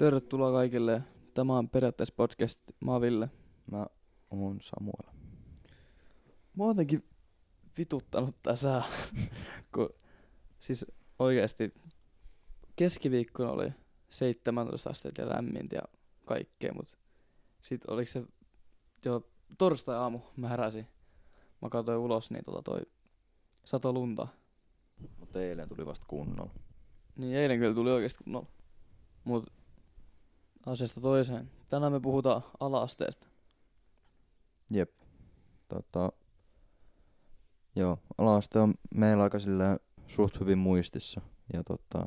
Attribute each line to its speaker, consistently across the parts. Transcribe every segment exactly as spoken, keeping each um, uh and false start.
Speaker 1: Tervetuloa kaikille. Tämä on periaatteessa podcast. Mä oon Ville.
Speaker 2: Mä oon Samuel.
Speaker 1: Mä oon jotenkin vituttanut tää sää. Kun siis oikeesti keskiviikkona oli seitsemäntoista astetta ja lämmintä ja kaikkea, mut sit oliks se jo torstai-aamu mä heräsin. Mä katsoin ulos, niin tota toi sato lunta.
Speaker 2: Mut eilen tuli vasta kunnolla.
Speaker 1: Niin eilen kyllä tuli oikeesti kunnolla. Mut asiasta toiseen. Tänään me puhutaan ala-asteesta.
Speaker 2: Jep. Tota, joo, ala-aste on meillä aika silleen suht hyvin muistissa. Ja tota,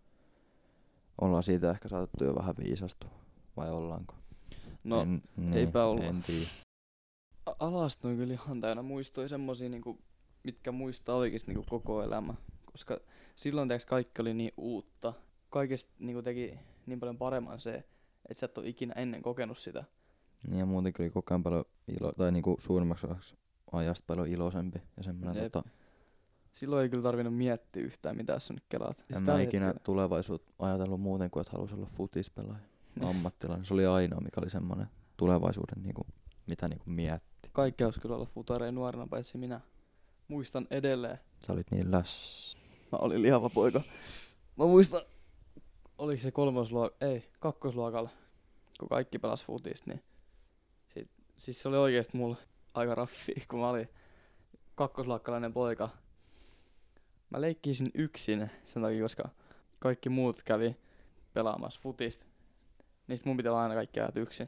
Speaker 2: ollaan siitä ehkä saatettu jo vähän viisastua. Vai ollaanko?
Speaker 1: No,
Speaker 2: en, niin,
Speaker 1: eipä olla.
Speaker 2: En tiedä.
Speaker 1: A- Ala-aste on kyllä ihan täynnä muistoja semmosia niinku, mitkä muistaa oikeesti niinku koko elämä. Koska silloin teeks kaikki oli niin uutta. Kaikesta niinku teki niin paljon paremman se, että sä et oo ikinä ennen kokenut sitä.
Speaker 2: Niin ja muutenkin oli koko ajan paljon ilo, tai niinku suurimmaksi osaksi ajasta paljon iloisempi. Ja semmonen
Speaker 1: Jep.
Speaker 2: tota,
Speaker 1: Silloin ei kyllä tarvinnut miettiä yhtään mitä jos sä nyt kelaat. Siis
Speaker 2: en mä
Speaker 1: tällä
Speaker 2: ikinä
Speaker 1: hetkellä-
Speaker 2: tulevaisuutta ajatellut muuten kuin, että halusi olla futispelaaja. Ammattilainen. Se oli ainoa, mikä oli semmonen tulevaisuuden niinku, mitä niinku mietti.
Speaker 1: Kaikki olisi kyllä olla futareja nuorena, paitsi minä. Muistan edelleen.
Speaker 2: Sä olit niin läs.
Speaker 1: Mä olin lihava poika. Mä muistan, oliko se kolmosluokalla, ei, kakkosluokalla, kun kaikki pelas futista, niin sit, siis se oli oikeesti mulla aika raffi, kun mä olin kakkosluokkalainen poika. Mä leikkisin yksin sen takia, koska kaikki muut kävi pelaamassa futista. Niin sit mun pitää olla aina kaikki ajat yksin.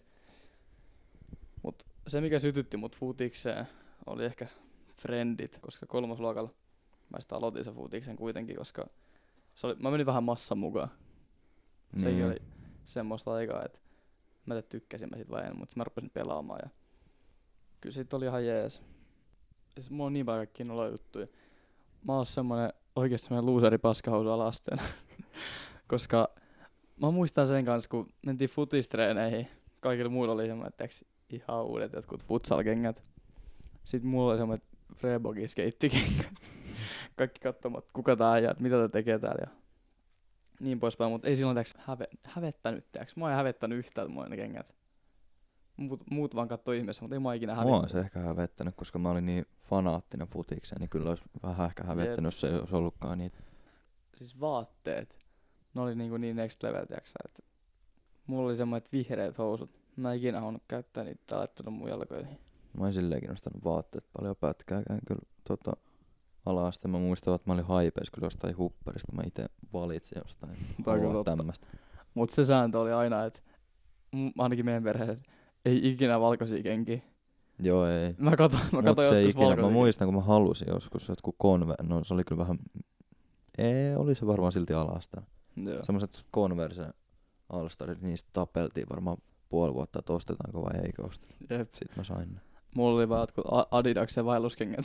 Speaker 1: Mut se mikä sytytti mut futikseen oli ehkä friendit, koska kolmosluokalla mä sit aloitin sen futiksen kuitenkin, koska se oli, mä menin vähän massan mukaan. Sekin
Speaker 2: Niin.
Speaker 1: oli semmoista aikaa, että mä te tykkäsin mä sit vai en, mut mä rupesin pelaamaan ja kyllä sit oli ihan jees. Siis mulla on niin paljon kaikkia noloja juttuja. Mä oon semmonen oikeesti semmonen looseri paskahousu ala-asteena. Koska mä muistan sen kanssa, kun mentiin futistreeneihin, kaikilla muilla oli semmonen, teeks ihan uudet jotkut futsal-kengät. Sitten mulla oli semmonet Freebogin skeittikengät. Kaikki katsomat, kuka tää äijä, mitä tää tekee täällä ja niin poispäin, mut ei silloin teeks häve, hävettänyt teeks. Mua ei hävettänyt yhtään mulla ne kengät. Muut, muut vaan kattoi ihmeessä, mut ei mua ikinä
Speaker 2: Mua
Speaker 1: hävettänyt.
Speaker 2: on se ehkä hävettänyt, koska mä olin niin fanaattinen futikseen, niin kyllä olisi vähän ehkä hävettänyt, jos se ei olisi ollutkaan niitä.
Speaker 1: Siis vaatteet, ne oli niinku niin next level, tiiäksä, että mulla oli semmoiset vihreät housut. Mä en ikinä halunnut käyttää niitä tai laittanut mun jalkoihin.
Speaker 2: Mä oon silleenkin nostanut vaatteet paljon pätkääkään kyllä tota ala-aste. Mä muistan, että mä olin haipeis kyllä jostain hupparista, mä ite valitsin jostain.
Speaker 1: Tai kyllä
Speaker 2: Haluaa
Speaker 1: totta.
Speaker 2: tämmöstä.
Speaker 1: Mut se sääntö oli aina, että ainakin meidän perheet ei ikinä valkoisia kenkiä.
Speaker 2: Joo ei.
Speaker 1: Mä katon, mä
Speaker 2: Mut
Speaker 1: katon
Speaker 2: se
Speaker 1: joskus
Speaker 2: ikinä,
Speaker 1: valkoisia.
Speaker 2: mä muistan kun mä halusin joskus jotkut konve, no se oli kyllä vähän, ei oli se varmaan silti ala-asteella.
Speaker 1: Joo.
Speaker 2: Semmoset Converse All-Starit, niistä tapeltiin varmaan puoli vuotta, että ostetaanko vai eikö osteta.
Speaker 1: Jep.
Speaker 2: Sitten mä sain ne.
Speaker 1: Mulla oli vaan jotkut A- Adidaksen vaelluskengät.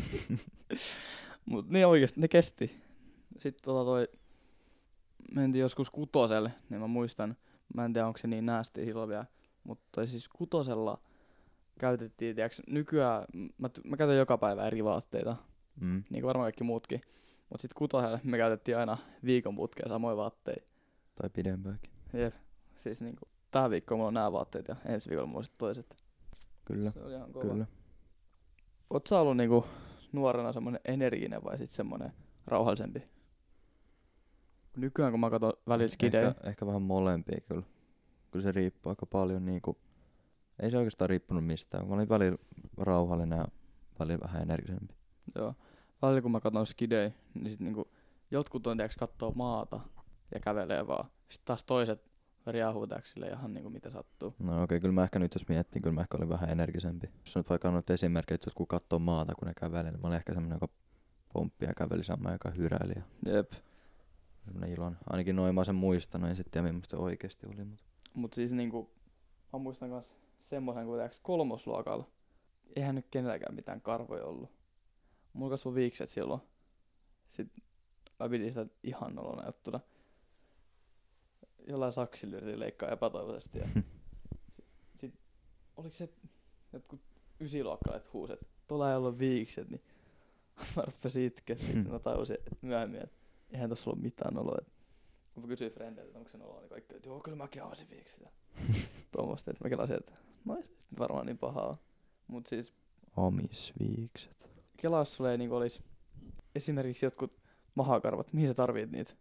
Speaker 1: Mut niin oikeesti, ne kesti. Sitten tota toi, mentiin joskus kutoselle, niin mä muistan, mä en tiedä onko se niin näästi silloin vielä, mutta toi siis kutosella käytettiin, tiiäks, nykyään, mä, t- mä käytän joka päivä eri vaatteita,
Speaker 2: Mm.
Speaker 1: niin kuin varmaan kaikki muutkin, mut sit kutoselle me käytettiin aina viikon putkeen samoja vaatteita.
Speaker 2: Tai pidempääkin.
Speaker 1: Jep, siis niinku, tää viikko mulla on nää vaatteet ja ensi viikolla mulla on sit toiset.
Speaker 2: Kyllä,
Speaker 1: Se oli ihan kova.
Speaker 2: kyllä.
Speaker 1: Oot sä ollut niinku nuorena semmonen energinen vai sit semmonen rauhallisempi? Nykyään kun mä katon välillä skidejä,
Speaker 2: Ehkä, ehkä vähän molempia kyllä. Kyllä se riippuu aika paljon niinku, ei se oikeastaan riippunut mistään. Mä olin välillä rauhallinen ja välillä vähän energisempi.
Speaker 1: joo, välillä kun mä katon skidejä, niin sit niinku jotkut on tiiäks kattoo maata ja kävelee vaan. Sit taas toiset riahuu tiiäks silleen ihan niinku mitä sattuu.
Speaker 2: No okei, okay, kyllä mä ehkä nyt jos miettii, kyllä mä ehkä olin vähän energisempi. Jos nyt vaikka on noita esimerkkejä, että jotkut kattoo maata kun ne kävelee, niin mä olin ehkä semmonen, joka pomppi ja käveli samaan, joka hyräili ja
Speaker 1: Jep.
Speaker 2: semmonen ilon. Ainakin noin mä oon sen muistanut, en sit tiedä millaista se oikeesti oli. Mutta
Speaker 1: Mut siis niinku, mä muistan kans semmosen kun tiiäks kolmosluokalla. Eihän nyt kenelläkään mitään karvoja ollut. Mulla kasvoi viikset silloin. Sit mä pidin sitä ihan nolona juttuna. Jollain saksilla yritin leikkaa epätoivoisesti ja sit, sit oliks se jotkut ysiluokkalaiset huuset, tuolla ei ollut viikset, niin mä rupesin itkeä sit. Mä tajusin myöhemmin, että eihän tossa ollut mitään oloa. Mä kysyin frendeiltä, että onko se noloa, niin kaikki, että joo, kyllä mäkin olisin viikset. Tuommoista, että mä kelasin, että no ei se varmaan niin pahaa. Mut siis
Speaker 2: Amisviikset.
Speaker 1: kelaa, jos sulla ei niinku olis esimerkiksi jotkut mahakarvat, mihin sä tarvit niitä?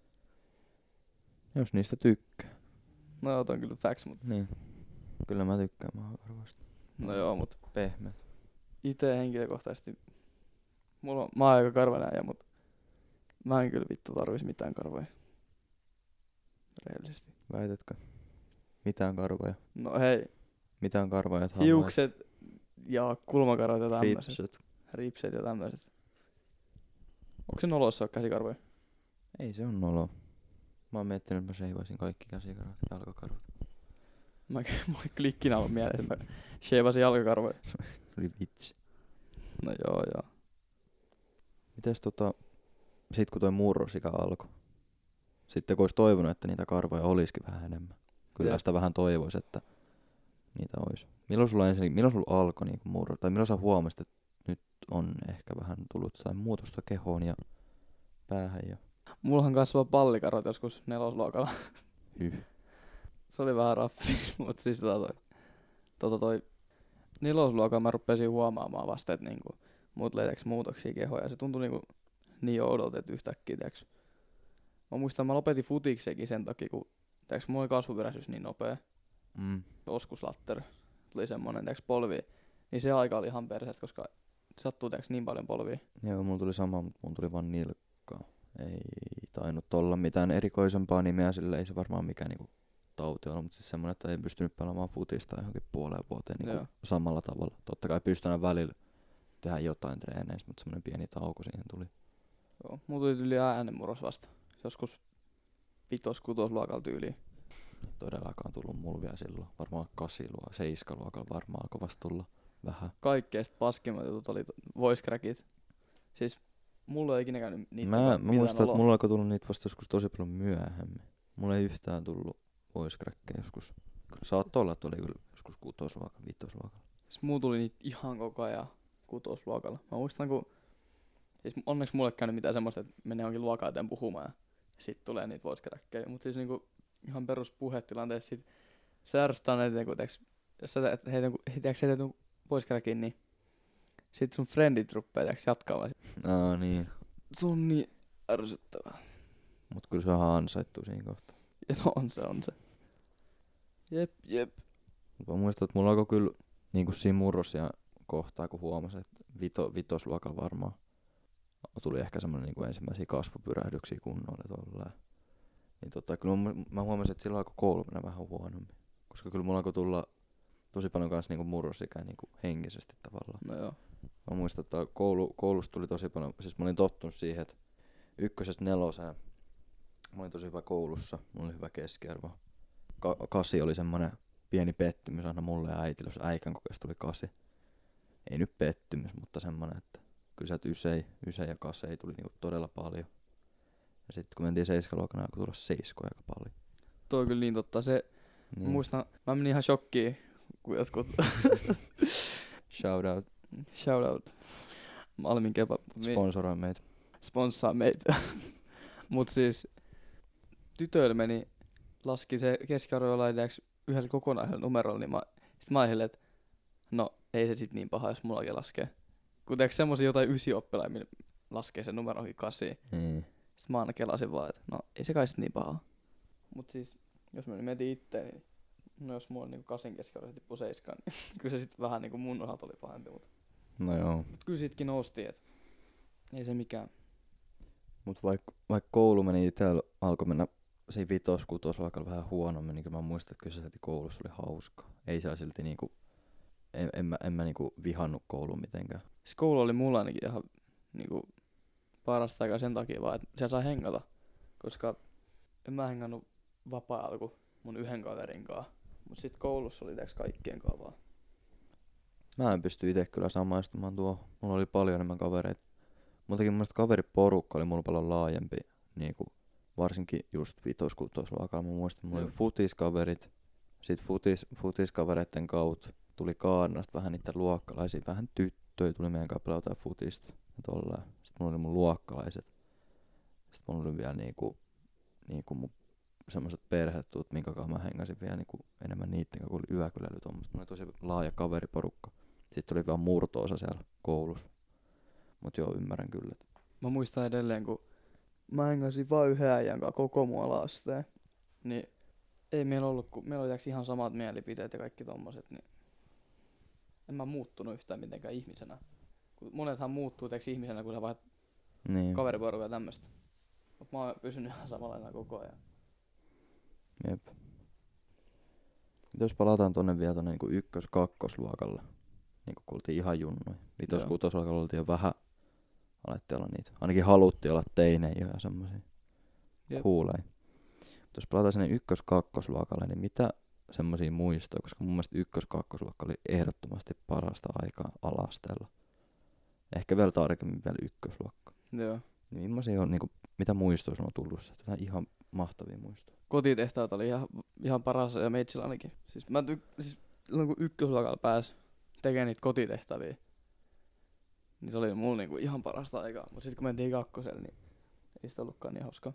Speaker 2: Jos niistä tykkää.
Speaker 1: No joo, toi on kyllä facts, mut
Speaker 2: Niin. Kyllä mä tykkään mahakarvoista.
Speaker 1: no joo, mut
Speaker 2: Pehmeät.
Speaker 1: ite henkilökohtaisesti mulla on, mä oon aika karvanäijä, mut mä en kyllä vittu tarvis mitään karvoja. Rehellisesti.
Speaker 2: Väitätkö? Mitään karvoja.
Speaker 1: No hei,
Speaker 2: Mitään karvoja et halua.
Speaker 1: hiukset ja kulmakarvat ja tämmöset.
Speaker 2: Ripset.
Speaker 1: Ripset ja tämmöset. Onko se nolossa käsikarvoja?
Speaker 2: Ei se on nolo. Mä oon miettinyt, että mä sheivaisin kaikki käsikarvat ja jalkakarvat.
Speaker 1: Mä mulla ei klikkinä ollut mielessä, että mä sheivasin jalkakarvoja.
Speaker 2: Se oli vitsi.
Speaker 1: No joo joo.
Speaker 2: Mites tota, sit kun toi murrosika alkoi, sitten kun ois toivonut, että niitä karvoja olisikin vähän enemmän. Kyllä
Speaker 1: Jep.
Speaker 2: sitä vähän toivois, että niitä ois. Milloin sulla ensin, milloin sulla alkoi niinku murro, tai milloin sä huomasit, että nyt on ehkä vähän tullut jotain muutosta kehoon ja päähän ja
Speaker 1: Mullahan kasvaa pallikarvat joskus nelosluokalla.
Speaker 2: hyh.
Speaker 1: Se oli vähän raffi, mutta siis tota toi, tota toi nelosluokalla mä rupesin huomaamaan vasta, että niinku muut leitäks muutoksia kehoon ja se tuntui niinku niin oudolta, että yhtäkkiä tiiäks. Mä muistan, mä lopetin futiksekin sen takia, kun tiiäks, mulla oli kasvuperäisyys niin nopea.
Speaker 2: Mm.
Speaker 1: Oskuslatter tuli semmonen tiiäks polvi. Niin se aika oli ihan perseestä, koska sattuu tiiäks niin paljon polvia.
Speaker 2: Joo, mulla tuli sama, mutta mulla tuli vaan nilkkaa. Ei tainnut olla mitään erikoisempaa nimeä, sille ei se varmaan mikään niinku tauti ollut, mutta siis semmonen, että ei pystynyt pelaamaan futista johonkin puoleen vuoteen niinku
Speaker 1: Joo.
Speaker 2: samalla tavalla. Totta kai pystynä välillä tehdä jotain treeneissä, mutta semmonen pieni tauko siihen tuli.
Speaker 1: Joo, mulla tuli yli äänenmurros vasta. Joskus vitos kutosluokalla tyyliin.
Speaker 2: Ei todellakaan tullut mulla vielä silloin. Varmaan kasiluokalla, seiskaluokalla varmaan alkoi vasta tulla vähän.
Speaker 1: Kaikkeista paskimmat jutut oli to- voice crackit. Siis mulla ei ikinä käynyt niitä.
Speaker 2: Mä, mä muistan, että mulla alkoi tulla niitä vasta joskus tosi paljon myöhemmin. Mulla ei yhtään tullut voice crackkejä joskus. Saattoi olla, että oli kyllä joskus kutosluokalla, vitosluokalla.
Speaker 1: Siis mulla tuli niitä ihan koko ajan kutosluokalla. Mä muistan, kun siis onneksi mulle ei käynyt mitään semmoista, että menee johonkin luokan eteen puhumaan ja sit tulee niitä voice crackkejä. Mut siis niinku ihan perus puhetilanteessa sit se ärsyttää näitä, kun teeks, jos sä teet- heität heität heität voice crackin, niin sit sun friendit ruppee teeks jatkamaan.
Speaker 2: Aa niin.
Speaker 1: Se on niin ärsyttävää.
Speaker 2: Mut kyllä se on ihan ansaittu siinä kohtaa.
Speaker 1: Ja no on se, on se. Jep, jep.
Speaker 2: Mut mä muistan, että mulla alkoi kyllä niinku siinä murrosia kohtaa, kun huomasin, että vito, vitosluokalla varmaan tuli ehkä semmonen niinku ensimmäisiä kasvupyrähdyksiä kunnolla tolleen. Niin tota, kyllä mä, mä huomasin, että silloin alkoi koulu mennä vähän huonommin. Koska kyllä mulla alkoi tulla tosi paljon kans niinku murrosikään niinku henkisesti tavallaan.
Speaker 1: No joo.
Speaker 2: Mä muistan, että koulu, koulusta tuli tosi paljon, siis mä olin tottunut siihen, että ykkösestä neloseen mä olin tosi hyvä koulussa, mulla oli hyvä keskiarvo. Ka- kasi oli semmonen pieni pettymys aina mulle ja äitille, jos äikän kokeesta tuli kasi. Ei nyt pettymys, mutta semmonen, että kyllä sieltä ysei, ysei ja kasei tuli niinku todella paljon. Ja sitten kun mentiin seiskaluokana, alkoi tulla seiskoja aika paljon.
Speaker 1: Toi on kyllä niin totta. Se,
Speaker 2: Niin.
Speaker 1: mä muistan, mä menin ihan shokkiin, kun jotkut
Speaker 2: Shout out,
Speaker 1: shout out Malmin kebab mi-
Speaker 2: sponsoroi meitä.
Speaker 1: sponssaa meitä. Mut siis tytöillä meni, laski se keskiarvo jollain tiiäks yhdellä kokonaisella numerolla, niin mä, sit mä ajattelin, että no ei se sit niin paha, jos mullakin laskee. Kun tiiäks semmosia jotain ysioppilaita, millä laskee sen numeroihin kasiin.
Speaker 2: Niin.
Speaker 1: Sit mä aina kelasin vaan, että no ei se kai sit niin paha. Mut siis, jos mä nyt mietin itteen, niin no jos mulla on niinku kasin keskiarvo se tippuu seiskaan, niin kyllä se sit vähän niinku mun osalta oli pahempi. Mut,
Speaker 2: No joo.
Speaker 1: mut kyllä siitäkin noustiin, et ei se mikään.
Speaker 2: Mut vaikka vaik koulu meni itellä, alkoi mennä siinä vitos, kutosluokalla vähän huonommin, niin kyllä mä muistan, että kyllä se silti koulussa oli hauska. Ei siellä silti niinku, en, en, mä, en mä niinku vihannut kouluun mitenkään.
Speaker 1: Se koulu oli mulla ainakin ihan niinku parasta aikaa sen takia vaan, että siellä sai hengata. Koska en mä hengannut vapaa-ajalla kuin mun yhden kaverin kanssa. Mut sit koulussa oli tiiäks kaikkien kanssa vaan.
Speaker 2: Mä en pysty ite kyllä samaistumaan tuo. Mulla oli paljon enemmän kavereita. Muutenkin mun mielestä kaveriporukka oli mulla paljon laajempi. Niinku, varsinkin just vitos, kutosluokalla. Mä muistan, mulla oli
Speaker 1: Joo.
Speaker 2: futiskaverit. Sit futis, futiskavereitten kautta tuli Kaarnasta vähän niitä luokkalaisia. Vähän tyttöjä tuli meidän kanssa pelata futista. Ja tolleen. Sitten mulla oli mun luokkalaiset. Sitten mulla oli vielä niinku, niinku mun semmoset perhetut, minkä kanssa mä hengäsin vielä niinku enemmän niitten kanssa kuin yökyläily tommoset. Mulla oli tosi laaja kaveriporukka. Sitten oli vaan murto-osa siellä koulussa. Mut joo, ymmärrän kyllä.
Speaker 1: Mä muistan edelleen, kun mä hengäsin vaan yhden äijän kanssa koko mun ala-asteen. Niin ei meillä ollut, kun meillä oli ihan samat mielipiteet ja kaikki tommoset, niin en mä muuttunut yhtään mitenkään ihmisenä. Kun monethan muuttuu teks ihmisenä, kun sä vaihdat
Speaker 2: Niin.
Speaker 1: kaveriporukaa ja tämmöstä. Mut mä oon pysynyt ihan samanlainen koko ajan.
Speaker 2: Jep. Jos palataan tonne vielä tonne niinku ykkös-kakkosluokalle. Niinku kun oltiin ihan junnoja. Vitos-kutosluokalla oltiin jo vähän, alettiin olla niitä. Ainakin haluttiin olla teinejä ja semmosia kuuleja. Jos palataan sinne ykkös-kakkosluokalle, niin mitä semmosia muistoja? Koska mun mielestä ykkös-kakkosluokka oli ehdottomasti parasta aikaa ala-asteella. Ehkä vielä tarkemmin vielä ykkösluokka.
Speaker 1: Joo.
Speaker 2: Niin millaisia on, niinku, mitä muistoja sulla on tullut sieltä? Vähän ihan mahtavia muistoja.
Speaker 1: Kotitehtaat oli ihan, ihan paras ja meitsillä ainakin. Siis mä tyk- siis silloin kun ykkösluokalla pääsi tekemään niitä kotitehtäviä, niin se oli mulla niinku ihan parasta aikaa. Mut sit kun mentiin kakkoselle, niin ei sitä ollutkaan niin hauskaa.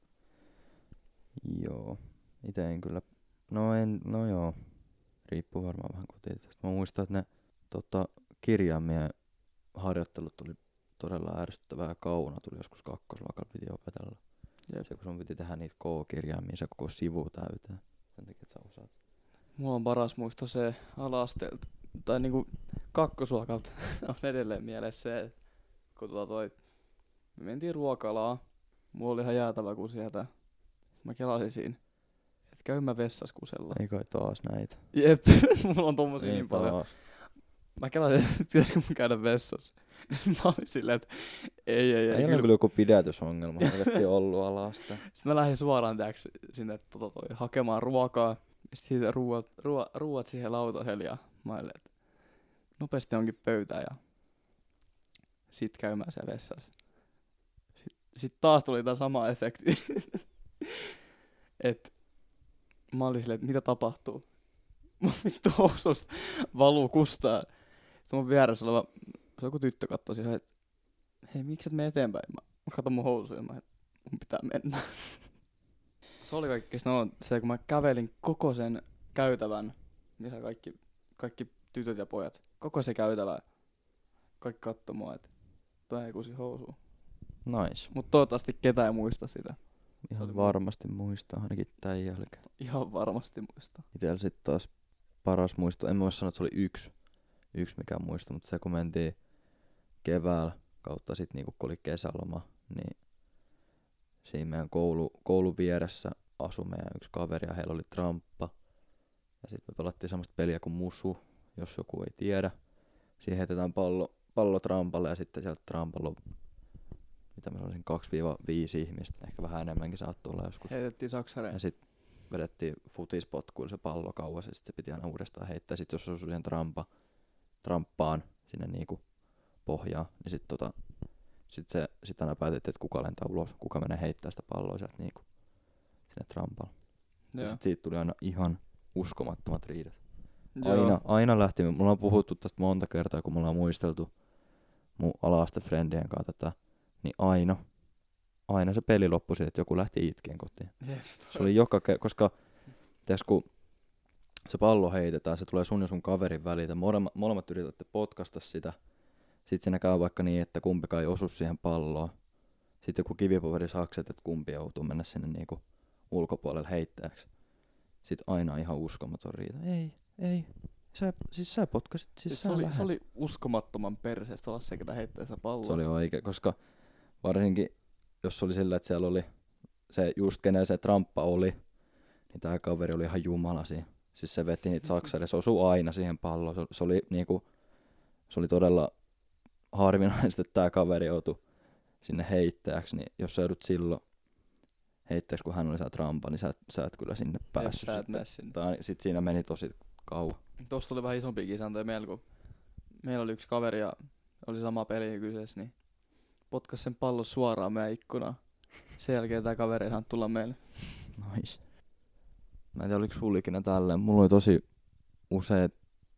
Speaker 2: Joo. Ite en kyllä. No en, no joo. Riippuu varmaan vähän kotitehtävistä. Mä muistan, että ne tota, kirjaimien harjoittelut tuli todella ärsyttävää. Kauna tuli joskus kakkosluokalla piti opetella.
Speaker 1: Jep.
Speaker 2: Se kun sun piti tehdä niitä K-kirjaimia, se koko sivu täyteen. Sen takia, että sä osaat.
Speaker 1: Mulla on paras muisto se ala-asteelta, tai niinku kakkosluokalta on edelleen mielessä se, että kun tota toi, me mentiin ruokalaan, mulla oli ihan jäätävä kun sieltä. Mä kelasin siinä, että käyn mä vessas kusella.
Speaker 2: Ei kai taas näitä.
Speaker 1: Jep, mulla on tommosia
Speaker 2: Ei
Speaker 1: niin paljon.
Speaker 2: taas.
Speaker 1: Mä kelasin, että pitäisikö mun käydä vessassa. Mä olin silleen, että ei, ei, ei.
Speaker 2: Ei ole kyllä joku pidätysongelma, helvetti ollut alasta.
Speaker 1: Sitten mä lähdin suoraan teoks sinne tota, toi, hakemaan ruokaa. Sitten siitä ruuat, ruuat, ruuat siihen lautaselle ja mä olin, että nopeasti onkin pöytään ja sit käymään siellä vessassa. Sitten sit taas tuli tää sama efekti. Et mä olin silleen, että mitä tapahtuu? Mä vittu housusta valuu kustaa. Sitten mun vieressä oleva, se joku tyttö kattoi siihen, että hei, miksi et mene eteenpäin? Mä, mä katon mun housuja ja mä, että mun pitää mennä. Se oli kaikkein no, se, kun mä kävelin koko sen käytävän, missä kaikki, kaikki tytöt ja pojat, koko se käytävä, kaikki kattoi mua, että toi ei kusi housuu.
Speaker 2: Nice.
Speaker 1: Mut toivottavasti ketään ei muista sitä.
Speaker 2: Ihan varmasti muistaa, ainakin tän jälkeen.
Speaker 1: Ihan varmasti muista.
Speaker 2: Itellä sit taas paras muisto, en mä voi sanoa, että se oli yksi, yksi mikä muisto, mutta se kun mentiin keväällä kautta sit niinku kun oli kesäloma, niin siinä meidän koulu, koulun vieressä asui meidän yksi kaveri ja heillä oli tramppa. Ja sit me pelattiin semmoista peliä kuin Musu, jos joku ei tiedä. Siihen heitetään pallo, pallo trampalle ja sitten sieltä trampalla mitä meillä oli kaksi viisi ihmistä, ehkä vähän enemmänkin saattoi olla joskus.
Speaker 1: Heitettiin saksareen.
Speaker 2: Ja sit vedettiin futispotkuilla se pallo kauas ja sit se piti aina uudestaan heittää. Sit jos se osui siihen trampa, tramppaan sinne niinku pohjaan, niin sit, tota, sit, se, sit aina päätettiin, että kuka lentää ulos, kuka menee heittää sitä palloa sieltä niinku sinne trampalle. Ja sit siitä tuli aina ihan uskomattomat riidat. Aina, aina lähti, me ollaan puhuttu tästä monta kertaa, kun me ollaan muisteltu mun ala-astefrendien kanssa tätä, niin aina, aina se peli loppui siihen, että joku lähti itkeen kotiin.
Speaker 1: Jep,
Speaker 2: Se oli joka kerta, koska tiiäks, kun se pallo heitetään, se tulee sun ja sun kaverin väliltä, molemmat, molemmat yritätte potkasta sitä, sit siinä käy vaikka niin, että kumpikaan ei osu siihen palloon. Sitten joku kivipaperi sakset, että kumpi joutuu mennä sinne niinku ulkopuolelle heittäjäksi. Sitten aina ihan uskomaton riita. Ei, ei. Sä, siis sä potkasit, siis, siis
Speaker 1: se,
Speaker 2: sä
Speaker 1: oli,
Speaker 2: lähet.
Speaker 1: se oli uskomattoman perseestä olla se, ketä heittää sitä palloa.
Speaker 2: Se oli oikein, koska varsinkin jos oli sillä, että siellä oli se just kenellä se tramppa oli, niin tää kaveri oli ihan jumala siinä. Siis se veti niitä saksareja, se osui aina siihen palloon. Se, se oli niinku, se oli todella harvinaista, että tää kaveri joutui sinne heittäjäksi, niin jos sä joudut silloin heittäjäksi, kun hän oli siellä trampa, niin sä, sä et kyllä sinne päässyt.
Speaker 1: Sä et mene sinne.
Speaker 2: Tai sit siinä meni tosi kauan.
Speaker 1: Tossa tuli vähän isompiakin sääntöjä meillä, kun meillä oli yksi kaveri ja oli sama peli kyseessä, niin potkas sen pallon suoraan meidän ikkunaan. Sen jälkeen tää kaveri ei saanut tulla meille.
Speaker 2: Nice. Mä en tiedä, oliko sulla ikinä tälleen. Mulla oli tosi usein,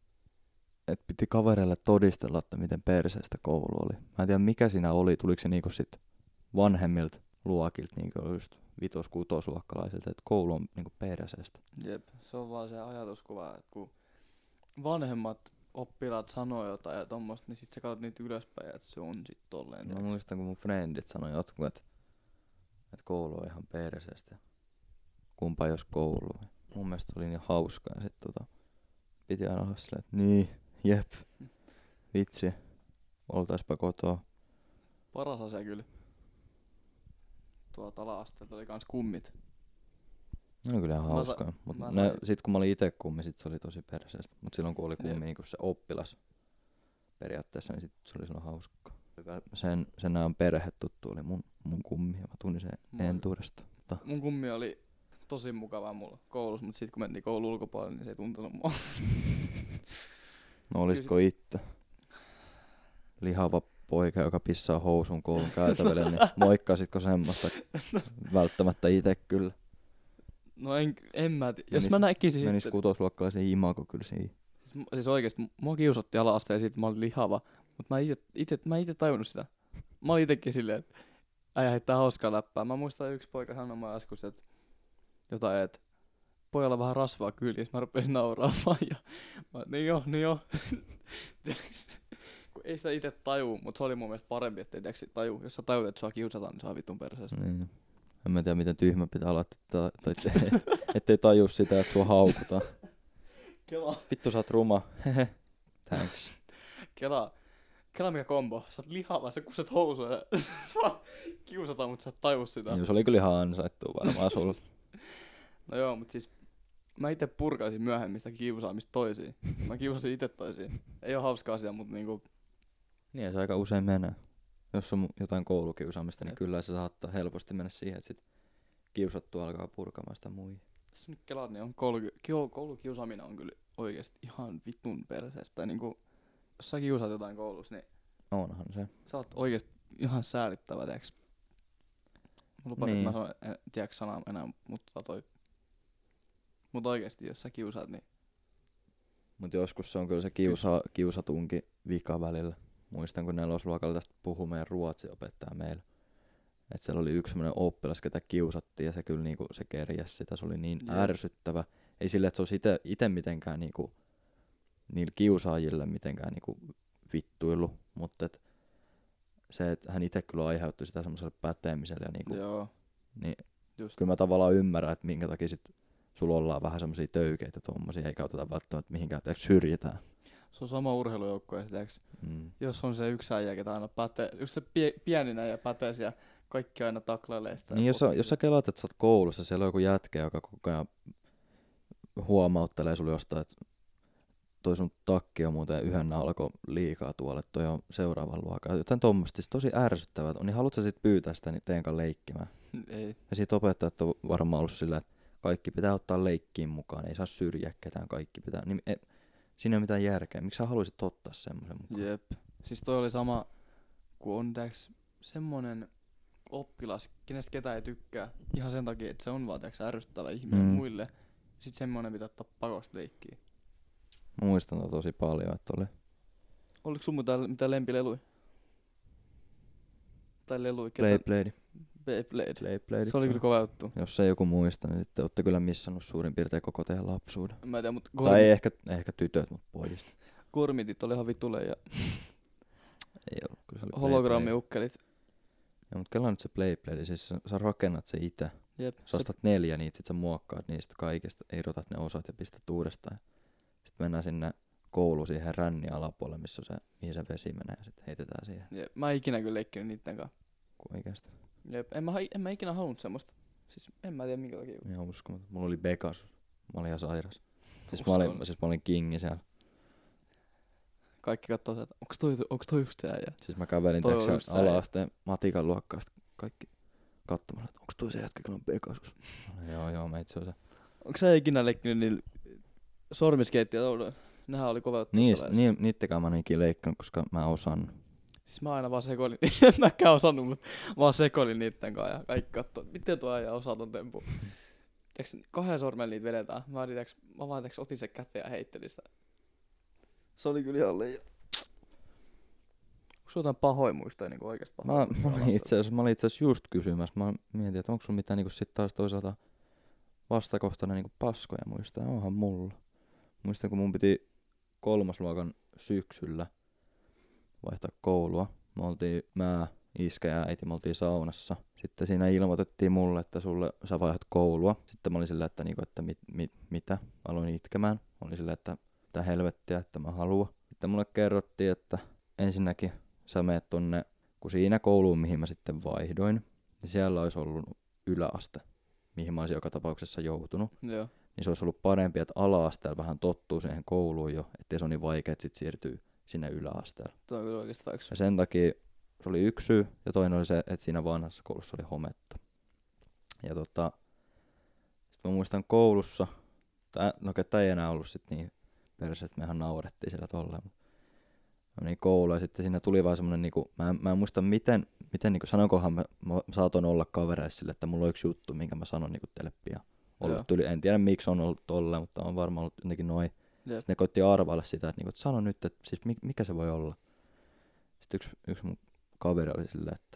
Speaker 2: että piti kavereille todistella, että miten perseestä koulu oli. Mä en tiedä, mikä siinä oli. Tuliko se niinku sit vanhemmilta luokilta, niin kuin just vitos kutosluokkalaisilta, että koulu on niinku perseestä.
Speaker 1: Jep, se on vaan se ajatuskuva, että kun vanhemmat oppilaat sanoo jotain ja tommoista, niin sit sä katsot niitä ylöspäin, että se on sit tolleen.
Speaker 2: Mä muistan, kun mun friendit sanoi jotkut, että, että koulu on ihan perseestä. Kumpa jos koulu. Mun mielestä se oli niin hauskaa ja sit tota, piti aina olla silleen, että niin, jep, vitsi, oltaispa kotoa.
Speaker 1: Paras asia kyllä. Tuolta ala-asteelta oli kans kummit.
Speaker 2: Ne oli kyllä ihan
Speaker 1: Mä sa-
Speaker 2: hauskaa. Mut
Speaker 1: mä
Speaker 2: ne,
Speaker 1: sain-
Speaker 2: sit kun mä olin ite kummi, sit se oli tosi perseestä. Mut silloin kun oli kummi
Speaker 1: Jep.
Speaker 2: niin se oppilas periaatteessa, niin sit se oli silloin hauskaa. Sen, sen ajan perhe tuttu oli mun, mun kummi ja mä tunnin sen
Speaker 1: Mä-
Speaker 2: entuudesta.
Speaker 1: Mun kummi oli tosi mukavaa mulla koulussa, mutta sit kun mentiin koulun ulkopuolelle, niin se ei tuntunut mua.
Speaker 2: No olisitko itse lihava poika, joka pissaa housun koulun käytäville, niin moikkaisitko semmoista? Välttämättä itse kyllä.
Speaker 1: No en, en mä tiedä. Jos
Speaker 2: Menis-
Speaker 1: mä näkisin
Speaker 2: Menis
Speaker 1: sitten.
Speaker 2: kutosluokkalaisen imago kyllä siihen.
Speaker 1: Siis, mu- siis oikeesti mua kiusattiin ala-asteella siitä, että mä olin lihava. Mut mä ite, ite, mä ite tajunnut sitä. Mä olin itekin silleen, että äijä heittää hauskaa läppää. Mä muistan yksi poika sanomaan joskus, että jotain, että pojalla on vähän rasvaa kyljessä. Mä rupesin nauraamaan ja mä oon, niin joo, niin joo. Tiiäks, kun ei sitä ite tajuu, mut se oli mun mielestä parempi, ettei tiiäks tajuu. Jos sä tajut, että sua kiusataan, niin saa vitun perseestä.
Speaker 2: Niin. En mä tiedä miten tyhmä pitää olla, että ta- tai et, ettei taju sitä, että sua haukutaan.
Speaker 1: Kela.
Speaker 2: Vittu sä oot ruma. Hehe. Thanks.
Speaker 1: Kela. Kela mikä kombo. Sä oot lihava, sä kusat housuja ja sua kiusataan, mut sä et tajuu sitä.
Speaker 2: Joo, se oli kyllä ihan ansaittu varmaan sulla.
Speaker 1: No joo, mut siis mä ite purkaisin myöhemmin sitä kiusaamista toisiin. Mä kiusasin ite toisiin. Ei oo hauska asia, mut niinku
Speaker 2: Niin se aika usein menee. Jos on jotain koulukiusaamista, niin
Speaker 1: Jep.
Speaker 2: kyllä se saattaa helposti mennä siihen, että sit kiusattu alkaa purkamaan sitä muihin.
Speaker 1: jos nyt kelaat, niin on koulu, kiu- koulukiusaaminen on kyllä oikeesti ihan vitun perseestä. Tai niinku, jos sä kiusaat jotain koulussa, niin
Speaker 2: Onhan se.
Speaker 1: sä oot oikeesti ihan säälittävä, tiiäks. Mä lupasin,
Speaker 2: Niin.
Speaker 1: että mä sanon, en tiedä sanaa enää, mutta toi. Mut oikeesti, jos sä kiusaat, niin
Speaker 2: Mut joskus se on kyllä se kiusa, kiusatunkin vika välillä. Muistan, kun nelosluokalla tästä puhui meidän ruotsiopettaja meillä. Että siellä oli yksi semmoinen oppilas, ketä kiusattiin ja se kyllä niinku, se kerjäs sitä. Se oli niin
Speaker 1: Jep.
Speaker 2: ärsyttävä. Ei sille, että se olisi ite, ite mitenkään niinku, niillä kiusaajille mitenkään niinku vittuillut. Mutta et se, että hän itse kyllä aiheutti sitä semmoiselle päteemiselle. Ja niinku,
Speaker 1: joo,
Speaker 2: niin
Speaker 1: just.
Speaker 2: kyllä mä tavallaan ymmärrän, että minkä takia sit sulla ollaan vähän semmosia töykeitä tommosia, eikä oteta välttämättä mihinkään, että syrjitään.
Speaker 1: Se on sama urheilujoukkue, tiiäks.
Speaker 2: Mm.
Speaker 1: Jos on se yksi äijä, ketä aina pätee, just se pie, pieni äijä pätee ja kaikki aina taklailee sitä.
Speaker 2: Niin jos sä, jos sä kelaat, että sä oot koulussa, siellä on joku jätkä, joka koko ajan huomauttelee sulle jostain, että toi sun takki on muuten yhden naulako liikaa tuolle, että toi on seuraavan luokan. Jotain tommoista, siis tosi ärsyttävää. Niin haluatko sä sit pyytää sitä niin teidän kanssa leikkimään?
Speaker 1: Ei.
Speaker 2: Ja sit opettajat on varmaan ollut sillä, että kaikki pitää ottaa leikkiin mukaan, ei saa syrjiä ketään, kaikki pitää. Niin, e, siinä ei ole mitään järkeä. Miksi sä haluaisit ottaa semmoisen mukaan?
Speaker 1: Jep. Siis toi oli sama, kun on tiiäks semmonen oppilas, kenestä ketään ei tykkää. Ihan sen takia, että se on vaan tiiäks ärsyttävä ihminen
Speaker 2: Mm.
Speaker 1: muille. Sit semmonen pitää ottaa pakosta leikkiä.
Speaker 2: Mä muistan tota tosi paljon, että oli.
Speaker 1: Oliko sun mitään, mitään lempilelui? Tai lelui?
Speaker 2: Playblade.
Speaker 1: Beyblade.
Speaker 2: Playblade.
Speaker 1: Se oli kyllä kova juttu.
Speaker 2: Jos ei joku muista, niin sitten olette kyllä missannut suurin piirtein koko teidän lapsuuden.
Speaker 1: Mä en tiedä, mut
Speaker 2: Tai ei
Speaker 1: gormi,
Speaker 2: ehkä, ehkä tytöt, mutta pojista.
Speaker 1: gormitit oli ihan vitulle ja
Speaker 2: Ei ollut, kyllä se oli Playblade.
Speaker 1: hologrammiukkelit.
Speaker 2: Ja mut kelaa nyt se Playblade, siis sä, sä rakennat se itse.
Speaker 1: Jep.
Speaker 2: Sä ostat neljä niitä, sit sä muokkaat niistä kaikista, erotat ne osat ja pistät uudestaan. Sitten mennään sinne kouluun siihen rännin alapuolelle, missä on se, mihin se vesi menee ja sitten heitetään siihen.
Speaker 1: Jep. Mä en ikinä kyllä leikkinyt niitten kanssa.
Speaker 2: Kun oikeesti.
Speaker 1: Jep. En mä, en mä ikinä halunnut semmoista. Siis en mä tiedä minkä takia.
Speaker 2: Ihan uskomaton. Mulla oli Pegasus. Mä olin ihan sairas. Siis mä olin,
Speaker 1: Uskon.
Speaker 2: siis mä olin kingi siellä.
Speaker 1: Kaikki kattoo, että onks toi, onks toi just se äijä?
Speaker 2: Siis mä kävelin
Speaker 1: Toi on
Speaker 2: tiiäks
Speaker 1: just se
Speaker 2: ala-asteen matikan luokkaasta kaikki katsomalla, että onks toi se jätkä, kun on Pegasus. joo joo, meitsi on se.
Speaker 1: Onks sä ikinä leikkinyt niillä sormiskeittijätoudoilla? Nehän oli kova juttu
Speaker 2: Niin,
Speaker 1: jossain
Speaker 2: niin, niittekään mä en ikinä leikannut, koska mä osan.
Speaker 1: Siis mä aina vaan sekoilin, en mäkään osannut, mutta vaan sekoilin niitten kanssa ja kaikki kattoo, että miten tuo äijä osaa ton tempun. Tiiäks, kahden sormen niitä vedetään. Mä, tiiäks, mä vaan tiiäks, otin sen käteen ja heittelin sitä. Se oli kyllä ihan leija. sulla jotain pahoja muistoja niinku oikeesti
Speaker 2: Mä,
Speaker 1: pahoja?
Speaker 2: mä, olin itse asiassa, mä olin itse asiassa just kysymässä. Mä mietin, että onko sulla mitään niinku sit taas toisaalta vastakohtana niinku paskoja muistaa. Onhan mulla. Muistan, kun mun piti kolmasluokan syksyllä vaihtaa koulua. Me oltiin, mä, iskä ja äiti, me oltiin saunassa. Sitten siinä ilmoitettiin mulle, että sulle sä vaihdat koulua. Sitten mä olin silleen, että, niinku, että mit, mit, mitä? Mä aloin itkemään. Mä olin silleen, että mitä helvettiä, että mä haluan. Sitten mulle kerrottiin, että ensinnäkin sä meet tonne, kun siinä kouluun, mihin mä sitten vaihdoin, niin siellä olisi ollut yläaste, mihin mä olisin joka tapauksessa joutunut.
Speaker 1: Joo.
Speaker 2: Niin se olisi ollut parempi, että ala-asteella vähän tottuu siihen kouluun jo, ettei se ole niin vaikea, että sit siirtyy sinne yläasteelle.
Speaker 1: Tuo on kyllä oikeesti vaikka.
Speaker 2: Ja sen takia se oli yksi syy, ja toinen oli se, että siinä vanhassa koulussa oli hometta. Ja tota, sit mä muistan koulussa, tää, no tää ei enää ollut sit niin perse, että mehän naurettiin siellä tolleen. Mä menin kouluun ja sitten siinä tuli vaan semmonen niinku, mä en, mä en muista miten, miten niinku sanoinkohan mä, mä saatoin olla kavereissa sille, että mulla on yksi juttu, minkä mä sanon niinku teille pian. Ollut tuli, en tiedä miksi on ollut tolleen, mutta on varmaan ollut jotenkin noin. Yep. Sitten ne koitti arvailla sitä, että, niinku, että sano nyt, että siis mikä se voi olla. Sitten yksi, yksi mun kaveri oli silleen, että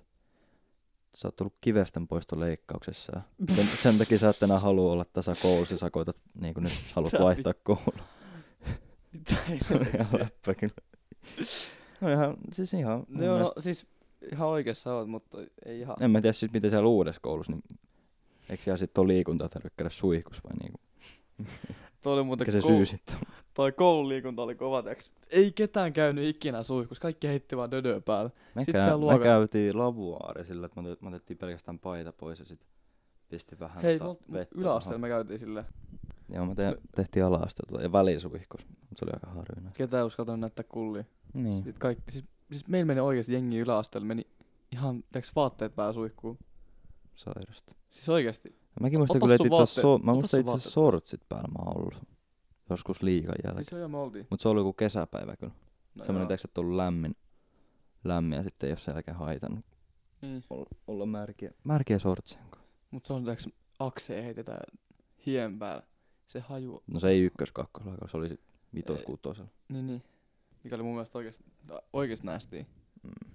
Speaker 2: sä oot ollut kivesten poistoleikkauksessa ja sen, sen takia sä et enää halua olla tässä koulussa ja sä koetat niinku nyt haluat vaihtaa koulua.
Speaker 1: Mitä ei
Speaker 2: ihan läppä kyllä. No ihan, siis ihan.
Speaker 1: No joo, no siis ihan oikeassa oot, mutta ei ihan.
Speaker 2: En mä tiedä siis miten siellä uudessa koulussa, niin eikö siellä sit ole liikuntaa tarvitse käydä suihkus vai niinku?
Speaker 1: Toi oli muuten
Speaker 2: se
Speaker 1: koulu,
Speaker 2: syy sitten?
Speaker 1: toi koululiikunta oli kova teks. Ei ketään käynyt ikinä suihkus, kaikki heitti vaan dödöä päälle.
Speaker 2: Me,
Speaker 1: Sitten
Speaker 2: käy,
Speaker 1: siellä
Speaker 2: me
Speaker 1: luokassa-
Speaker 2: käytiin lavuaari sillä, että me otet- me otettiin pelkästään paita pois ja sit pisti vähän
Speaker 1: Hei,
Speaker 2: tota
Speaker 1: mut-
Speaker 2: vettä
Speaker 1: yläasteella
Speaker 2: tuohon.
Speaker 1: me käytiin silleen.
Speaker 2: Joo, me te- tehtiin ala-asteella ja välisuihkus, mutta se oli aika harvinaista.
Speaker 1: Ketään ei uskaltanut näyttää kullia.
Speaker 2: Niin.
Speaker 1: Sitten kaikki, siis, siis meillä meni oikeesti jengi yläasteella, meni ihan teks vaatteet päällä suihkuun.
Speaker 2: Sairasta.
Speaker 1: Siis oikeesti.
Speaker 2: Ja mäkin muistan
Speaker 1: Ota
Speaker 2: kyllä, että
Speaker 1: sun
Speaker 2: itse asiassa so-
Speaker 1: vaatteet-
Speaker 2: mä
Speaker 1: ota
Speaker 2: muistan
Speaker 1: sun
Speaker 2: itse asiassa
Speaker 1: vaatteet.
Speaker 2: sortsit päällä mä oon ollut. Joskus liigan jälkeen.
Speaker 1: Siis joo, me oltiin.
Speaker 2: Mut se oli joku kesäpäivä kyllä.
Speaker 1: No
Speaker 2: Semmoinen
Speaker 1: joo.
Speaker 2: teksti, että on ollut lämmin. Lämmin ja sitten ei oo sen jälkeen haitannut
Speaker 1: Niin.
Speaker 2: olla, olla märkiä, märkiä sortsien kanssa.
Speaker 1: Mut se on teks akseen heitetään hien päällä. Se haju.
Speaker 2: No se ei ykkös kakkosluokalla, se oli sit vitos
Speaker 1: Ei.
Speaker 2: kutosella.
Speaker 1: Niin niin. Mikä oli mun mielestä oikeesti, oikeesti nästii.
Speaker 2: Mm.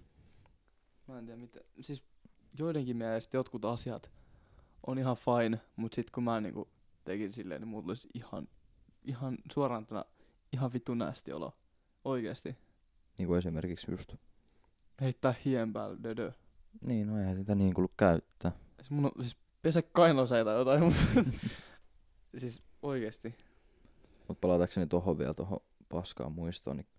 Speaker 1: Mä en tiedä mitä. Siis joidenkin mielestä jotkut asiat on ihan fine, mut sit kun mä niinku tekin silleen, niin mulla tulisi ihan, ihan suoraan tänä ihan vittu nästi olo. Oikeesti.
Speaker 2: Niin kuin esimerkiksi just.
Speaker 1: Heittää hien päälle dödö.
Speaker 2: Niin, no eihän sitä niin kuulu käyttää.
Speaker 1: Siis mun on, siis pese kainaloseita tai jotain, mutta siis oikeesti.
Speaker 2: Mut palatakseni tohon vielä tohon paskaan muistoon, niin,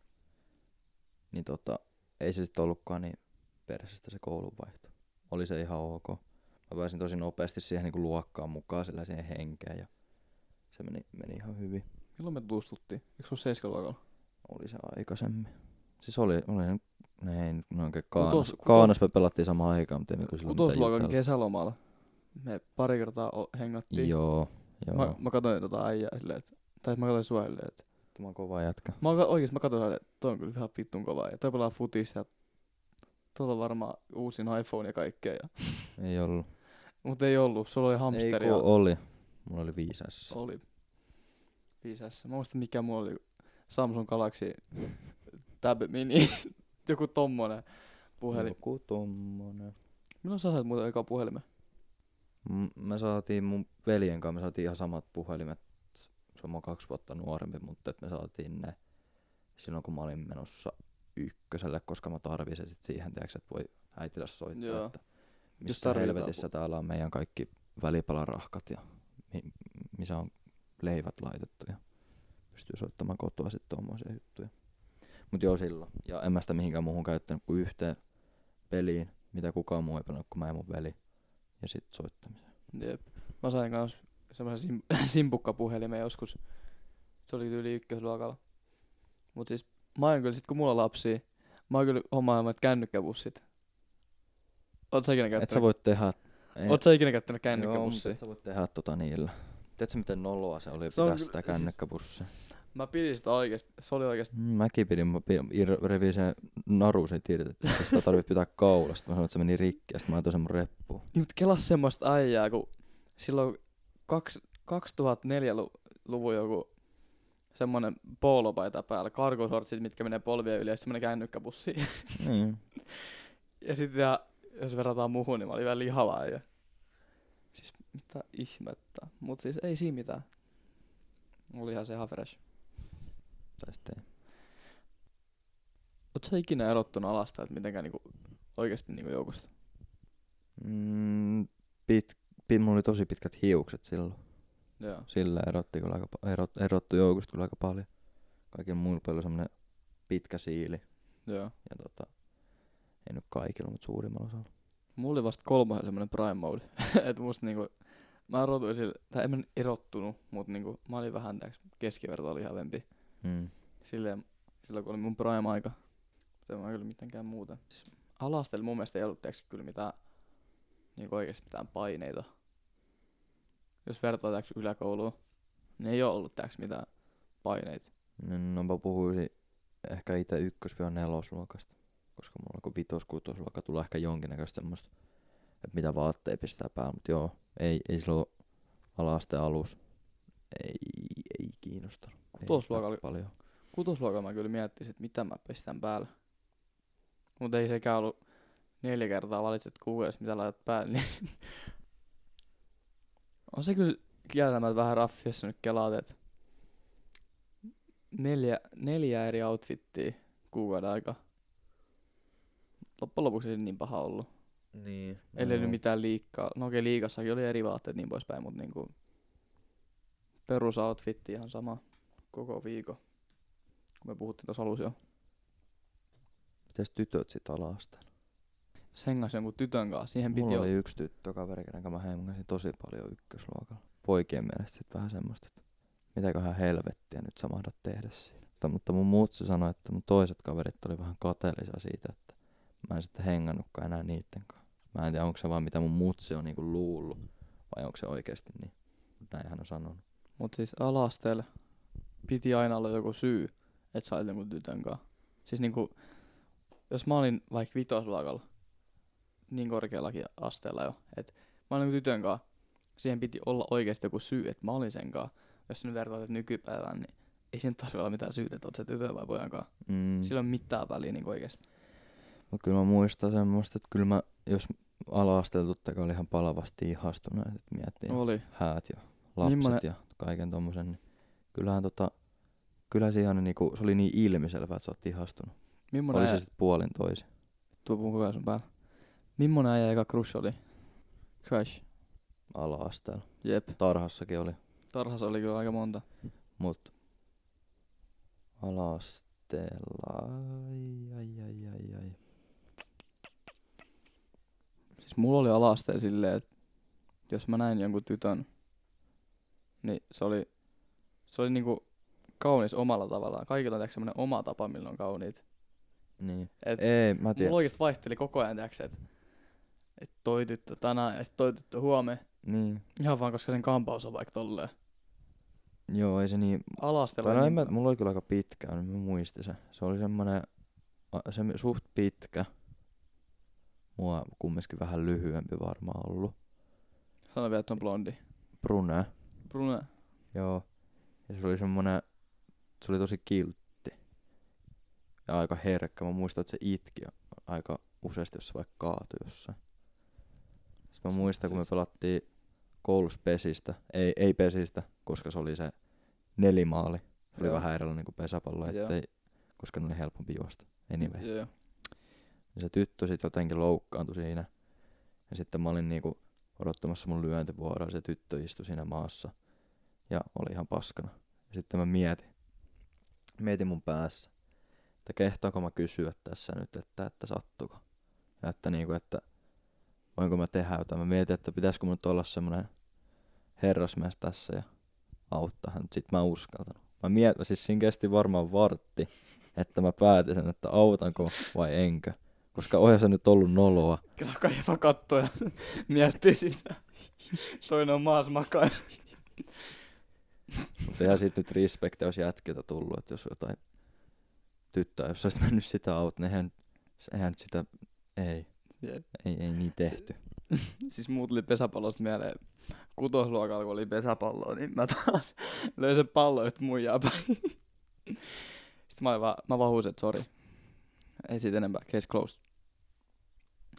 Speaker 2: niin tota, ei se sit ollutkaan niin persestä se koulunvaihto. Oli se ihan ok. Mä pääsin tosi nopeasti siihen niin kuin luokkaan mukaan sillä siihen henkeen ja se meni, meni ihan hyvin.
Speaker 1: Milloin me tutustuttiin? Eikö se ole seiskaluokalla?
Speaker 2: Oli se aikaisemmin. Siis oli, oli ne, ne ei no oikein kaanas.
Speaker 1: Kutos- kutos-
Speaker 2: Kaanas me pelattiin samaan aikaan, mutta ei me kyllä silloin mitään
Speaker 1: Kutosluokan
Speaker 2: jutella.
Speaker 1: kesälomalla. Me pari kertaa o- hengattiin.
Speaker 2: Joo, joo.
Speaker 1: Mä, mä katsoin tota äijää silleen, että, tai mä katsoin sua silleen, että
Speaker 2: Tämä on kova jätkä.
Speaker 1: mä ka- oikeesti mä katsoin silleen, että toi on kyllä ihan vittun kova ja toi pelaa futis ja tuolla on varmaan uusin iPhone ja kaikkea. Ja,
Speaker 2: Ei ollut.
Speaker 1: mut ei ollut, sulla oli hamsteri
Speaker 2: Ei
Speaker 1: ja
Speaker 2: kun oli. Mulla oli viisas.
Speaker 1: oli viisas. Mä muistan mikä mulla oli Samsung Galaxy Tab Mini, joku tommonen puhelin.
Speaker 2: Joku tommonen.
Speaker 1: Milloin sä sait muuten eka puhelimen?
Speaker 2: M- me saatiin mun veljen kanssa, me saatiin ihan samat puhelimet. Se on mua kaksi vuotta nuorempi, mutta et me saatiin ne silloin kun mä olin menossa ykköselle, koska mä tarvisin sit siihen, tiiäks, että voi äitille soittaa,
Speaker 1: Joo.
Speaker 2: että
Speaker 1: Jos
Speaker 2: missä
Speaker 1: tarvitaan
Speaker 2: helvetissä täällä on meidän kaikki välipalarahkat ja mi- missä on leivät laitettu ja pystyy soittamaan kotoa sitten tommosia juttuja. Mut joo silloin. Ja en mä sitä mihinkään muuhun käyttänyt kuin yhteen peliin, mitä kukaan muu ei pelannut kuin mä ja mun veli. Ja sit soittamiseen.
Speaker 1: Jep. Mä sain kans semmosen sim- simpukkapuhelimen joskus. Se oli yli ykkösluokalla. Mut siis mä oon kyllä sit kun mulla on lapsia, mä oon kyllä hommaamaan kännykkäbussit. Oot sä ikinä
Speaker 2: Et
Speaker 1: käyttänyt?
Speaker 2: sä voit tehdä... Ei,
Speaker 1: Oot sä ikinä käyttänyt
Speaker 2: joo, mutta
Speaker 1: kännykkäbussia?
Speaker 2: et sä voit tehdä tota niillä. Tiedätkö miten noloa se oli
Speaker 1: Se on
Speaker 2: pitää
Speaker 1: kyllä-
Speaker 2: sitä
Speaker 1: siis-
Speaker 2: kännykkäbussia?
Speaker 1: Mä pidin sitä oikeesti. Se oli oikeesti.
Speaker 2: Mm, mäkin pidin, mä pidin, ir- revin sen naru siitä irti, että sitä tarvii pitää kaulasta. Mä sanoin, että se meni rikki ja sit mä laitoin sen mun reppuun.
Speaker 1: Niin mut kelas semmoista äijää, kun silloin kaks, kaksituhattaneljä-luvun joku semmonen poolopaita päällä, kargosortsit, mitkä menee polvien yli ja semmonen kännykkäbussi.
Speaker 2: Niin.
Speaker 1: Ja sitten vielä, jos verrataan muuhun, niin mä olin vielä lihava ja siis mitä ihmettä. Mut siis ei siinä mitään. Oli ihan se ihan fresh.
Speaker 2: Tai sitten ei.
Speaker 1: Oot sä ikinä erottunut alasta, että mitenkään niinku oikeesti niinku joukosta?
Speaker 2: Mm, pit, pit, mulla oli tosi pitkät hiukset silloin.
Speaker 1: Joo.
Speaker 2: Sillä erotti kyllä aika, pa- erot, erottu joukosta kyllä aika paljon. Kaikilla muilla oli semmonen pitkä siili.
Speaker 1: Joo.
Speaker 2: Ja tota, ei nyt kaikilla, mutta suurimmalla osalla.
Speaker 1: Mulla oli vasta kolmosen semmonen prime mode. Et musta niinku, mä erotuin sille, tai en mä nyt erottunut, mut niinku mä olin vähän tääks keskivertoa lihavempi.
Speaker 2: Mm.
Speaker 1: Silleen, silloin kun oli mun prime aika. Mutta en mä kyllä mitenkään muuta. Siis ala-asteella mun mielestä ei ollut tääks kyllä mitään, niinku oikeesti mitään paineita. Jos vertaa tääks yläkouluun, niin ei oo ollut tääks mitään paineita.
Speaker 2: No mä puhuisin ehkä ite ykkös-nelosluokasta. Koska mulla kun vitos-kutosluokka tulee ehkä jonkinnäköistä semmoista, että mitä vaatteja pistää päällä. Mut joo, ei, ei silloin ala-asteen alus. Ei, ei kiinnostanut.
Speaker 1: Kutosluokalla,
Speaker 2: paljon.
Speaker 1: kutosluokalla mä kyllä miettisin, että mitä mä pistän päällä. Mut ei sekään ollut neljä kertaa valitset kuudes, mitä laitat päälle. Niin on se kyllä kieltämättä vähän raffi, jos sä nyt kelaat, et neljä, neljä eri outfittiä kuukauden aikaa. Loppujen lopuksi ei niin paha ollut.
Speaker 2: Niin.
Speaker 1: Ei löydy mitään liikaa. No okei, liigassakin oli eri vaatteet niin poispäin, mut niinku perusoutfitti ihan sama koko viikon. Kun me puhuttiin tossa alussa jo.
Speaker 2: Mites tytöt sit ala-asteella?
Speaker 1: Sengas jonkun tytön kanssa. Siihen piti
Speaker 2: Mulla
Speaker 1: olla.
Speaker 2: oli yksi tyttökaveri, kenen kanssa mä hengasin tosi paljon ykkösluokalla. Poikien mielestä sit vähän semmoista, että mitäköhän helvettiä nyt sä mahdat tehdä siinä. Mutta, mutta mun mutsi sanoi, että mun toiset kaverit oli vähän kateellisia siitä, että mä en sitten hengannutkaan enää niitten kanssa. Mä en tiedä, onko se vaan mitä mun mutsi on niinku luullut, vai onko se oikeesti niin. Näin hän on sanonut.
Speaker 1: Mut siis ala-asteella piti aina olla joku syy, että sä olit jonkun tytön kanssa. Siis niinku, jos mä olin vaikka vitosluokalla, niin korkeallakin asteella jo, että mä olin jonkun tytön kanssa, siihen piti olla oikeesti joku syy, että mä olin sen kanssa. Jos sä nyt vertaat nykypäivään, niin ei siinä tarvitse olla mitään syytä, että oot sä tytön vai pojan kanssa.
Speaker 2: Mm.
Speaker 1: Sillä on mitään väliä niin oikeesti.
Speaker 2: Mut kyllä mä muistan semmoista, että kyllä mä, jos ala-asteella tottakai oli ihan palavasti ihastunut, että miettii
Speaker 1: Oli.
Speaker 2: häät ja lapset
Speaker 1: Mimmonen-
Speaker 2: ja kaiken tommosen, niin kyllähän tota, kyllä se ihan niinku, se oli niin ilmiselvää, että sä oot ihastunut.
Speaker 1: Mimmonen
Speaker 2: Oli
Speaker 1: äijä,
Speaker 2: se sit puolin toisin.
Speaker 1: tuo puhun koko ajan sun päällä. Mimmonen äijä eka crush oli? Crush.
Speaker 2: Ala-asteella.
Speaker 1: Jep.
Speaker 2: Tarhassakin oli,
Speaker 1: Tarhassa oli kyllä aika monta.
Speaker 2: mut ala-asteella, ai ai ai ai ai.
Speaker 1: Siis mulla oli ala-asteen silleen, että jos mä näin jonkun tytön, niin se oli, se oli niinku kaunis omalla tavallaan. Kaikilla on tiiäks semmonen oma tapa, millä on kauniit.
Speaker 2: Niin.
Speaker 1: Et
Speaker 2: Ei, mä tiedän.
Speaker 1: mulla oikeesti vaihteli koko ajan tiiäks, että et toi tyttö tänään ja sit toi tyttö huomenna.
Speaker 2: Niin.
Speaker 1: Ihan vaan koska sen kampaus on vaikka tolleen.
Speaker 2: Joo, ei se niin.
Speaker 1: Ala-asteella
Speaker 2: Tai no
Speaker 1: oli
Speaker 2: en
Speaker 1: niin
Speaker 2: mä, mulla oli kyllä aika pitkä, niin mä muistin se. Se oli semmonen, a- se suht pitkä. Mua kumminkin vähän lyhyempi varmaan ollut.
Speaker 1: Sano vielä, että on blondi.
Speaker 2: Brune.
Speaker 1: Brune.
Speaker 2: Joo. Ja se oli semmonen, se oli tosi kiltti. Ja aika herkkä. Mä muistan, että se itki aika useasti, jos se vaikka kaatui jossain. Sitten mä muistan, kun me
Speaker 1: Siis-
Speaker 2: pelattiin koulussa pesistä. Ei, ei pesistä, koska se oli se nelimaali. Se oli
Speaker 1: Joo.
Speaker 2: vähän erilainen kuin pesäpallo,
Speaker 1: Joo.
Speaker 2: ettei, koska ne oli helpompi juosta. Anyway.
Speaker 1: Joo.
Speaker 2: Ja se tyttö sit jotenkin loukkaantui siinä. Ja sitten mä olin niinku odottamassa mun lyöntivuoroa. Se tyttö istui siinä maassa. Ja oli ihan paskana. Ja sitten mä mietin. Mietin mun päässä. Että kehtaanko mä kysyä tässä nyt, että, että sattuko. Ja että niinku, että voinko mä tehdä jotain. Mä mietin, että pitäisikö mun nyt olla semmonen herrasmies tässä ja auttaa hän. Sit mä en uskaltanut. Mä mietin, siis siinä kesti varmaan vartti, että mä päätin sen, että autanko vai enkö. Koska oihan se nyt ollut noloa.
Speaker 1: Kyllä Kaiva kattoo ja miettii sitä. Toinen on maas makaa.
Speaker 2: Mutta eihän siitä nyt respektiä olisi jätkiltä tullut, että jos jotain tyttöä, jos olisit mennyt sitä aut, niin eihän, eihän nyt sitä, ei,
Speaker 1: Jep.
Speaker 2: ei, ei niin tehty.
Speaker 1: Siis muut tuli pesäpallosta mieleen. Kutosluokalla kun oli pesäpalloa, niin mä taas löin sen pallon yhtä muijaa päin. Sitten mä olin vaan, mä vaan huusin, että sori. Ei siitä enempää, case closed.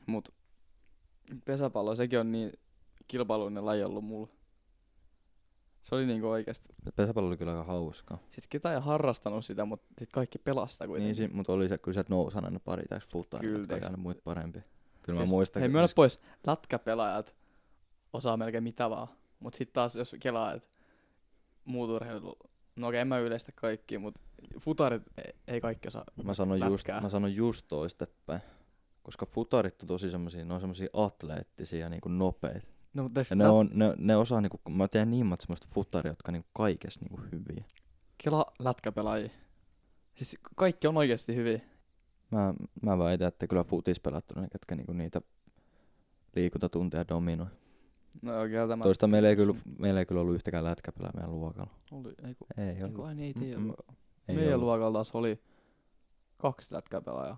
Speaker 1: Mut pesäpallo, sekin on niin kilpailullinen laji ollut mulla. Se oli niinku oikeesti.
Speaker 2: Pesäpallo oli kyllä aika hauskaa.
Speaker 1: Siis ketään ei harrastanut sitä, mut sit kaikki pelasta kuitenkin.
Speaker 2: Niin, si- mutta oli se, kyllä sieltä nousi aina ne pari täks futtarit,
Speaker 1: Kyllä,
Speaker 2: jotka oli
Speaker 1: tiiäks.
Speaker 2: aina muita parempi. Kyllä
Speaker 1: Siis,
Speaker 2: mä muistan.
Speaker 1: hei,
Speaker 2: kun-
Speaker 1: myönnä
Speaker 2: siis-
Speaker 1: pois, lätkäpelaajat osaa melkein mitä vaan. Mut sit taas jos kelaa, et muut urheilu, no okei, en mä yleistä kaikkia, mut futarit ei, ei kaikki osaa
Speaker 2: Mä sanon just,
Speaker 1: lätkää.
Speaker 2: mä sanon just toistepäin. Koska futarit on tosi semmosia, ne on semmosia atleettisia ja niinku nopeita.
Speaker 1: No, mut tässä
Speaker 2: Ja ne, on, ne, ne osaa niinku, mä tiedän niin monta semmoista futaria, jotka on niinku kaikessa niinku hyviä.
Speaker 1: kela lätkäpelaajia. Siis kaikki on oikeesti hyviä.
Speaker 2: Mä, mä väitän, että kyllä futis pelattu ne, ketkä niinku niitä liikuntatunteja dominoi.
Speaker 1: No oikein tämä.
Speaker 2: Toista meillä ei, kyllä, meillä ei kyllä ollut yhtäkään lätkäpelää meidän luokalla.
Speaker 1: Oli, ei ku,
Speaker 2: Ei
Speaker 1: ei
Speaker 2: ollut.
Speaker 1: ku, ai niin, ei teidän
Speaker 2: Mm-mm.
Speaker 1: luokalla.
Speaker 2: Ei
Speaker 1: Meidän
Speaker 2: ollut.
Speaker 1: luokalla taas oli kaksi lätkäpelaajaa.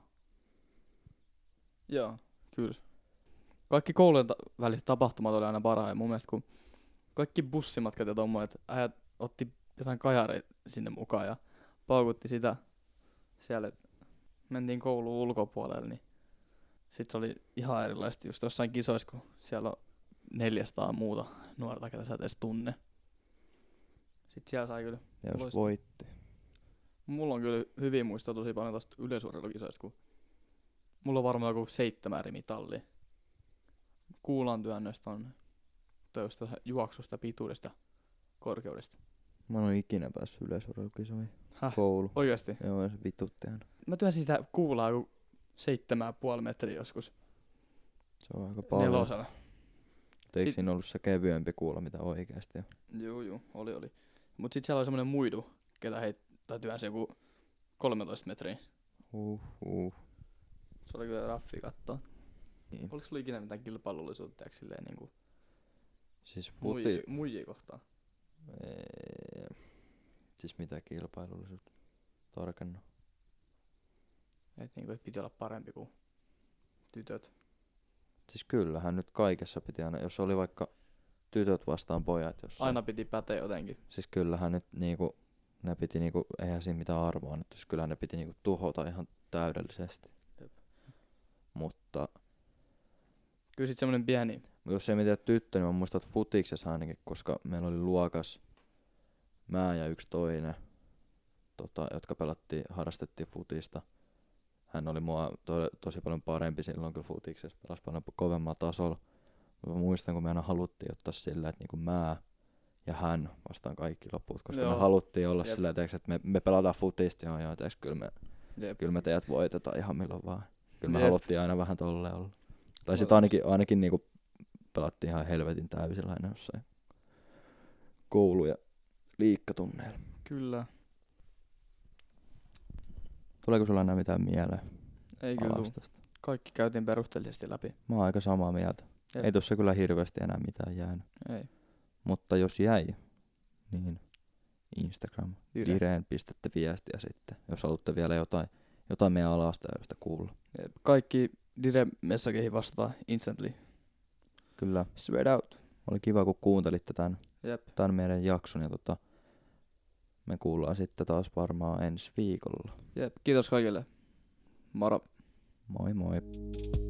Speaker 1: Joo, kyllä. Kaikki koulujen ta- väliset tapahtumat oli aina parhaita mun mielestä, kun kaikki bussimatkat ja tommoset äijät otti jotain kajareita sinne mukaan ja paukutti sitä siellä, et mentiin kouluun ulkopuolelle, niin sit se oli ihan erilaista just jossain kisoissa, kun siellä on neljäsataa muuta nuorta, ketä sä et edes tunne. Sit siellä sai kyllä.
Speaker 2: Ja jos
Speaker 1: Loistava.
Speaker 2: voitti.
Speaker 1: Mulla on kyllä hyviä muistoja tosi paljon tosta yleisurheilukisoista, kun mulla on varmaan joku seitsemän eri mitallia. Kuulan työnnöstä on toista juoksusta, pituudesta, korkeudesta.
Speaker 2: Mä en oo ikinä päässyt yleisurheilukisoihin.
Speaker 1: Häh?
Speaker 2: Koulu.
Speaker 1: Oikeesti?
Speaker 2: Joo, ja se vitutti aina.
Speaker 1: Mä työnsin sitä kuulaa joku seitsemän ja puoli metriä joskus.
Speaker 2: Se on aika paljon.
Speaker 1: Nelosena.
Speaker 2: Mutta eikö
Speaker 1: Sit-
Speaker 2: siinä ollut se kevyempi kuulla mitä oikeesti?
Speaker 1: Juu, juu, oli, oli. Mut sit siellä oli semmonen muidu, ketä heit, tai työnsi joku kolmetoista metriä.
Speaker 2: Uh, uh.
Speaker 1: Se oli kyllä raffi kattoo.
Speaker 2: Niin.
Speaker 1: Oliko sulla ikinä mitään kilpailullisuutta, tiiäks silleen niinku
Speaker 2: Siis
Speaker 1: muijia,
Speaker 2: futi...
Speaker 1: muijia kohtaan?
Speaker 2: Ee, siis mitä kilpailullisuutta? Tarkennu.
Speaker 1: Et niinku, et piti olla parempi kuin tytöt.
Speaker 2: Siis kyllähän nyt kaikessa piti aina, jos oli vaikka tytöt vastaan pojat jossain.
Speaker 1: Aina piti päteä jotenkin.
Speaker 2: Siis kyllähän nyt niinku, ne piti niinku, eihän siinä mitään arvoa annettu, siis kyllä ne piti niinku tuhota ihan täydellisesti.
Speaker 1: Jep.
Speaker 2: Mutta
Speaker 1: Kyllä sit semmonen pieni.
Speaker 2: jos ei mitään tyttö, niin mä muistan, että futiksessa ainakin, koska meillä oli luokas mä ja yksi toinen, tota, jotka pelattiin, harrastettiin futista. Hän oli mua to- tosi paljon parempi silloin kyllä futiksessa, pelasi paljon kovemmalla tasolla. Mä muistan, kun me aina haluttiin ottaa sillä, että niinku mä ja hän vastaan kaikki loput, koska
Speaker 1: Joo.
Speaker 2: me haluttiin olla
Speaker 1: Jep.
Speaker 2: sillä, että me, me pelataan futista, joo, joo, tiiäks, kyllä me,
Speaker 1: Jep.
Speaker 2: kyllä me teidät voitetaan ihan milloin vaan. Kyllä me
Speaker 1: Jep.
Speaker 2: haluttiin aina vähän tolleen olla. Tai sit
Speaker 1: Joo.
Speaker 2: ainakin, ainakin niinku pelattiin ihan helvetin täysillä aina jossain koulu- ja liikkatunneilla.
Speaker 1: Kyllä.
Speaker 2: Tuleeko sulla enää mitään mieleen
Speaker 1: Ei kyllä tuu.
Speaker 2: alastasta?
Speaker 1: Kaikki käytiin perusteellisesti läpi.
Speaker 2: Mä oon aika samaa mieltä.
Speaker 1: Jep.
Speaker 2: Ei tossa kyllä hirveästi enää mitään jäänyt.
Speaker 1: Ei.
Speaker 2: Mutta jos jäi, niin Instagram,
Speaker 1: Dire.
Speaker 2: Direen pistätte viestiä sitten, jos haluatte vielä jotain, jotain meidän alastajasta kuulla.
Speaker 1: Jep. Kaikki dire-messageihin vastataan instantly.
Speaker 2: Kyllä,
Speaker 1: Straight out.
Speaker 2: oli kiva kun kuuntelitte tämän,
Speaker 1: Jep.
Speaker 2: tämän meidän jakson ja tota, me kuullaan sitten taas varmaan ensi viikolla.
Speaker 1: Jep. Kiitos kaikille. Moro.
Speaker 2: Moi moi!